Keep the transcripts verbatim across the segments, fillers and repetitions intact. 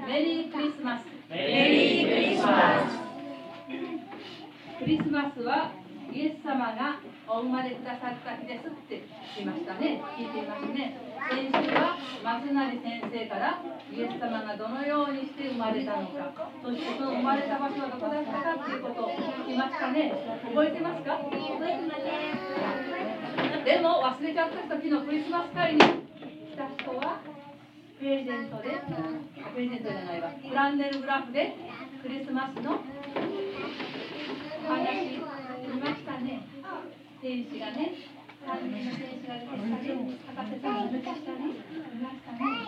メリークリスマス。 メリークリスマス。 クリスマスはイエス様がお生まれくださった日ですって言いましたね。聞いていますね。先週は松成先生からイエス様がどのようにして生まれたのか、そしてその生まれた場所はどこだったかっていうことを聞きましたね。覚えてますか？覚えてません。でも忘れちゃった時のクリスマス会に来た人はプレゼントで、プレゼントじゃないわ、フランネルグラフでクリスマスのお話見ましたね。天使がね、三人の天使が出てきたり、博士さんが出てきたり見ましたね。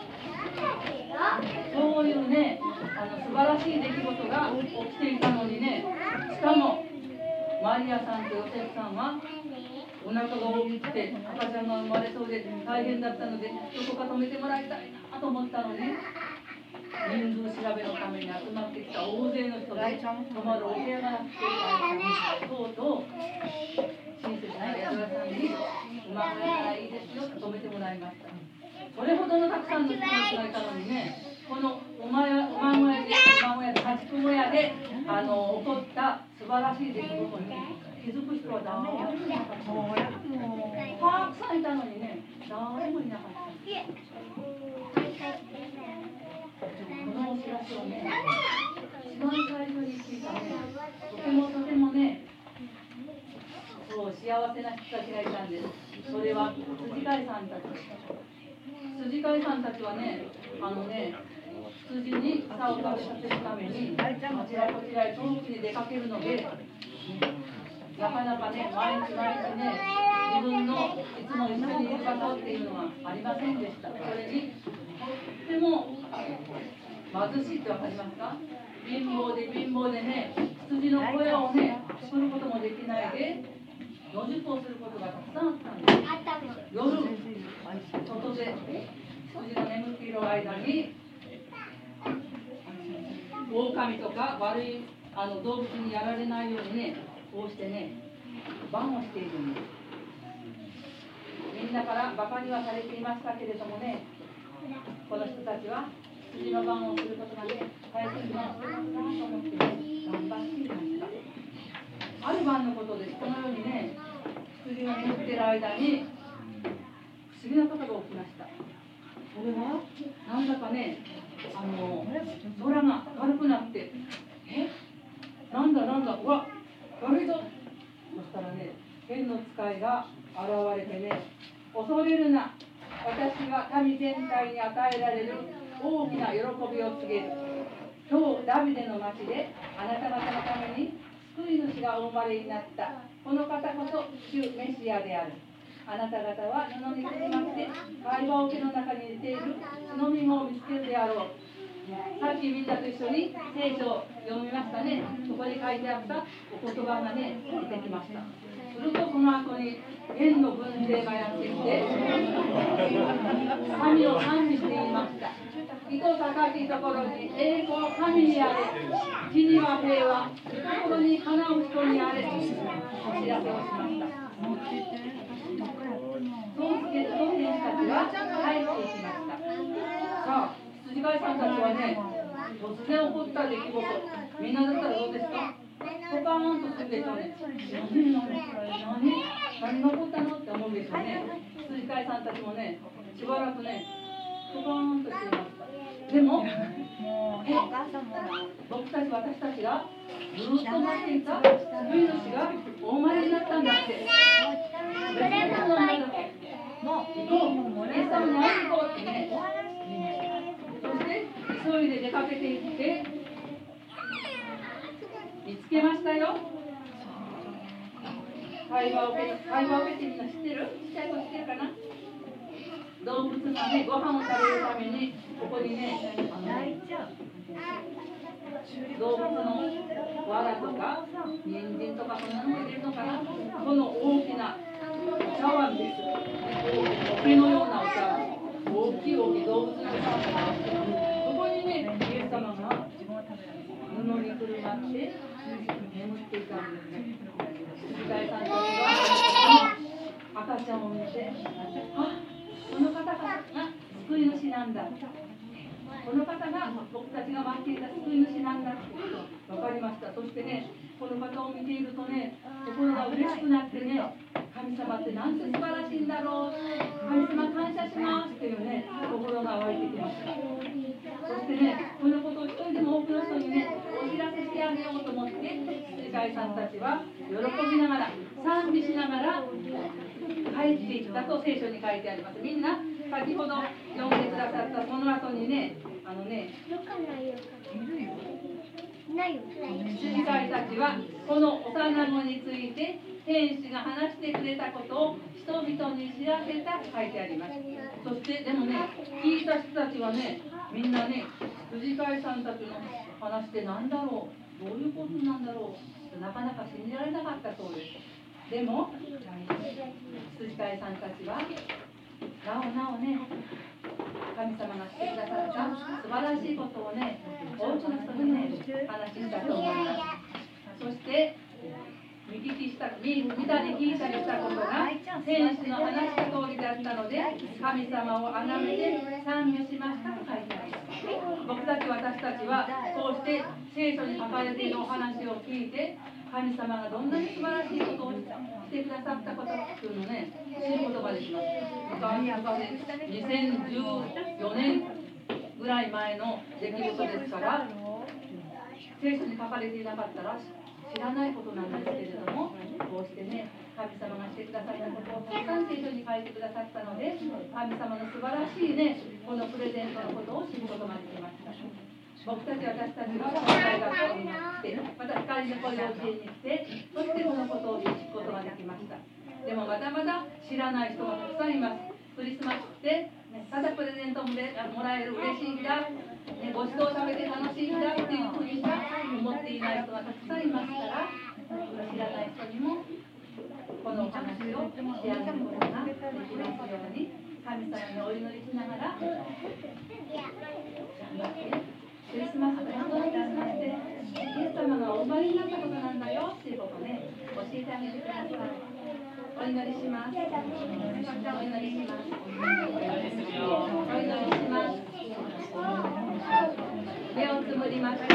そういうね、あの素晴らしい出来事が起きていたのにね、しかもマリアさんとヨセフさんはお腹が大きくて赤ちゃんが生まれそうで大変だったので、どこか止めてもらいたいなと思ったのに、人数調べのために集まってきた大勢の人で泊まるお部屋がなくて、とうとう親切な宿屋さんに生まれたらいいですよと止めてもらいました。それほどのたくさんの人がいたのにね、このおまやお孫屋でお孫屋で家畜小屋であの起こった素晴らしい出来事に気づく人は誰もいなかった。たくさんいたのにね、誰もいなかった。このお知らせをね、一番最初に聞いたね、とてもとてもね、そう幸せな人たちがいたんです。それは羊飼いさんたちです。羊飼いさんたちはね、あのね、羊に草を食べさせるためにあちらこちらへ遠くに出かけるので、なかなかね、毎日毎日ね、自分のいつも一緒にいる場所っていうのはありませんでした。それにとっても貧しいってわかりますか？貧乏で貧乏でね、羊の小屋をね、作ることもできないで、野宿をすることがたくさんあったんです。夜、外で羊が眠っている間に、狼とか悪いあの動物にやられないようにね、こうしてね、番をしているんです。みんなからバカにはされていましたけれどもね、この人たちは羊の番をすることがね、大切なことだなと思ってね、頑張っていました。ある晩のことです。このようにね、羊が眠っている間に不思議なことが起きました。それはなんだかね、あの空が悪くなって、えなんだなんだ、うわ悪いぞ。そしたらね、天の使いが現れてね、恐れるな、私は民全体に与えられる大きな喜びを告げる。今日ダビデの町であなた方のために救い主がお生まれになった。この方こそ主メシアである。あなた方は布にくるまって会話桶の中に寝ている血のみを見つけるであろう。さっきみんなと一緒に聖書を読みましたね。そこに書いてあったお言葉がね、出てきました。するとその後に天の軍勢がやってきて、神を賛美していました。意図高きところに栄光神にあれ、地には平和、心にかなう人にあれ、お知らせをしました。そうつけると天使たちは帰っていきました。さあ、羊飼いさんたちはね、突然起こった出来事、みんなだったらどうですか？ポカーンとするでしょうね。何何何が起こったのって思うんですよね。羊飼いさんたちもね、しばらくね、ポカーンとしていました。でも、え僕たち、私たちがずっと待っていた救い主がお生まれになったんだって。別にそんなだけ。もう行こう。イエス様に会いに行こうってね。そして急いで出かけていって見つけましたよ。会話を受け会話を受けてみんな知ってる？ちっちゃい子知ってるかな？動物がね、ご飯を食べるためにここにね、あのね動物の藁とか人参とかそんなのも入れるのかな。この大きなお茶碗です。桶のようなお茶碗、大きい大きい動物のお茶碗があって、そこにね、イエス様が布にくるまって眠っていたんですね。羊飼いさんたちは赤ちゃんを見て、あ、この方が救い主なんだ。この方が僕たちがね、この方を見ているとね、心が嬉しくなってね、神様ってなんて素晴らしいんだろう、神様感謝しますっていうね、心が湧いてきました。そしてね、このことを一人でも多くの人にね、お知らせしてあげようと思って、羊飼いさんたちは喜びながら、賛美しながら帰っていったと聖書に書いてあります。みんな、先ほど読んでくださったその後にね、あのね、羊飼いたちはこの幼子について天使が話してくれたことを人々に知らせたと書いてあります。そしてでもね、聞いた人たちはね、みんなね、羊飼いさんたちの話って何だろう、どういうことなんだろう、なかなか信じられなかったそうです。でも羊飼いさんたちはなおなおね、神様がしてくださった素晴らしいことをね、多くの人にね、話したと思います。そして見聞きした、見たり聞いたりしたことが天使の話した通りだったので、神様を崇めて賛美しましたと書いてあります。僕たち私たちはこうして聖書に書かれているお話を聞いて、神様がどんなに素晴らしいことをしてくださったことというのをね、知ることができます。にせんじゅうよねんぐらい前の出来事ですから、聖書に書かれていなかったら知らないことなんですけれども、こうしてね、神様がしてくださったことをたくさん聖書に書いてくださったので、神様の素晴らしいね、このプレゼントのことを知ることができました。僕たち私たちが大学校に来て、また光の子幼稚園に来て、そしてこのことを知ることができました。でもまだまだ知らない人がたくさんいます。クリスマスって、ね、ただプレゼントもらえる嬉しい日だ、ね、ごちそう食べて楽しい日だっていうふうにしか思っていない人がたくさんいますから、知らない人にもこのお話をシェアすることができますように、神様にお祈りしながら頑張ってクリスマスって本当のクリスマスでイエス様がお生まれになったことなんだよっていうことをね、教えてあげてください。お祈りします。お祈りします。お祈りします。目をつむりましょう。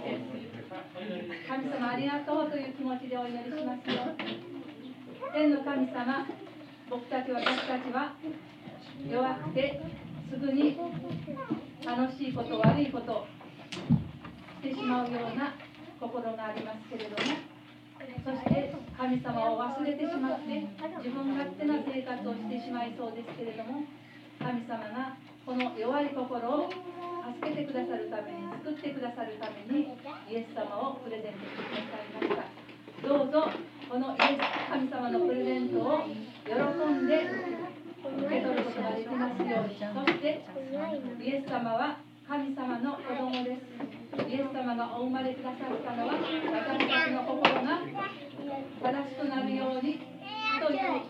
神様ありがとうという気持ちでお祈りしますよ。天の神様、僕たち私たちは弱くてすぐに楽しいこと悪いことをしてしまうような心がありますけれども、そして神様を忘れてしまって自分勝手な生活をしてしまいそうですけれども、神様がこの弱い心を助けてくださるために、救ってくださるためにイエス様をプレゼントしてくださいました。どうぞこのイエス神様のプレゼントを喜んで受け取ることができますように。そしてイエス様は神様の子供です。イエス様がお生まれくださったのは私たちの心が正しくなるようにという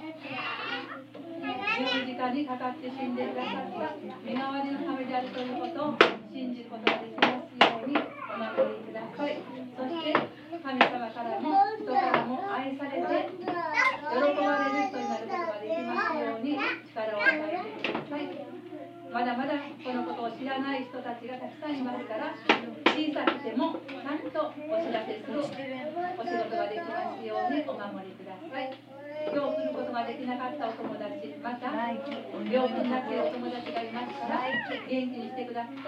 十字架にかかって死んでくださった身代わりのためであるということを信じることができますようにお守りください。そして神様からも人からも愛されて喜ばれる人になることができますように力を与えてください。まだまだこのことを知らない人たちがたくさんいますから、小さくてもちゃんとお知らせするお仕事ができますようにお守りください。今日来ることができなかったお友達、また病気になっているお友達がいますから、元気にしてくださって、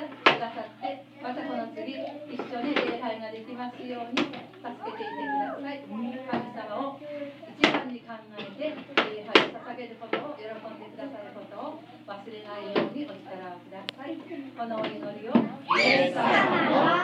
またこの次一緒に礼拝ができますように助けていてください。神様を一番に考えて礼拝を捧げることを喜んでくださることを忘れないようにお力をください。このお祈りをイエス様の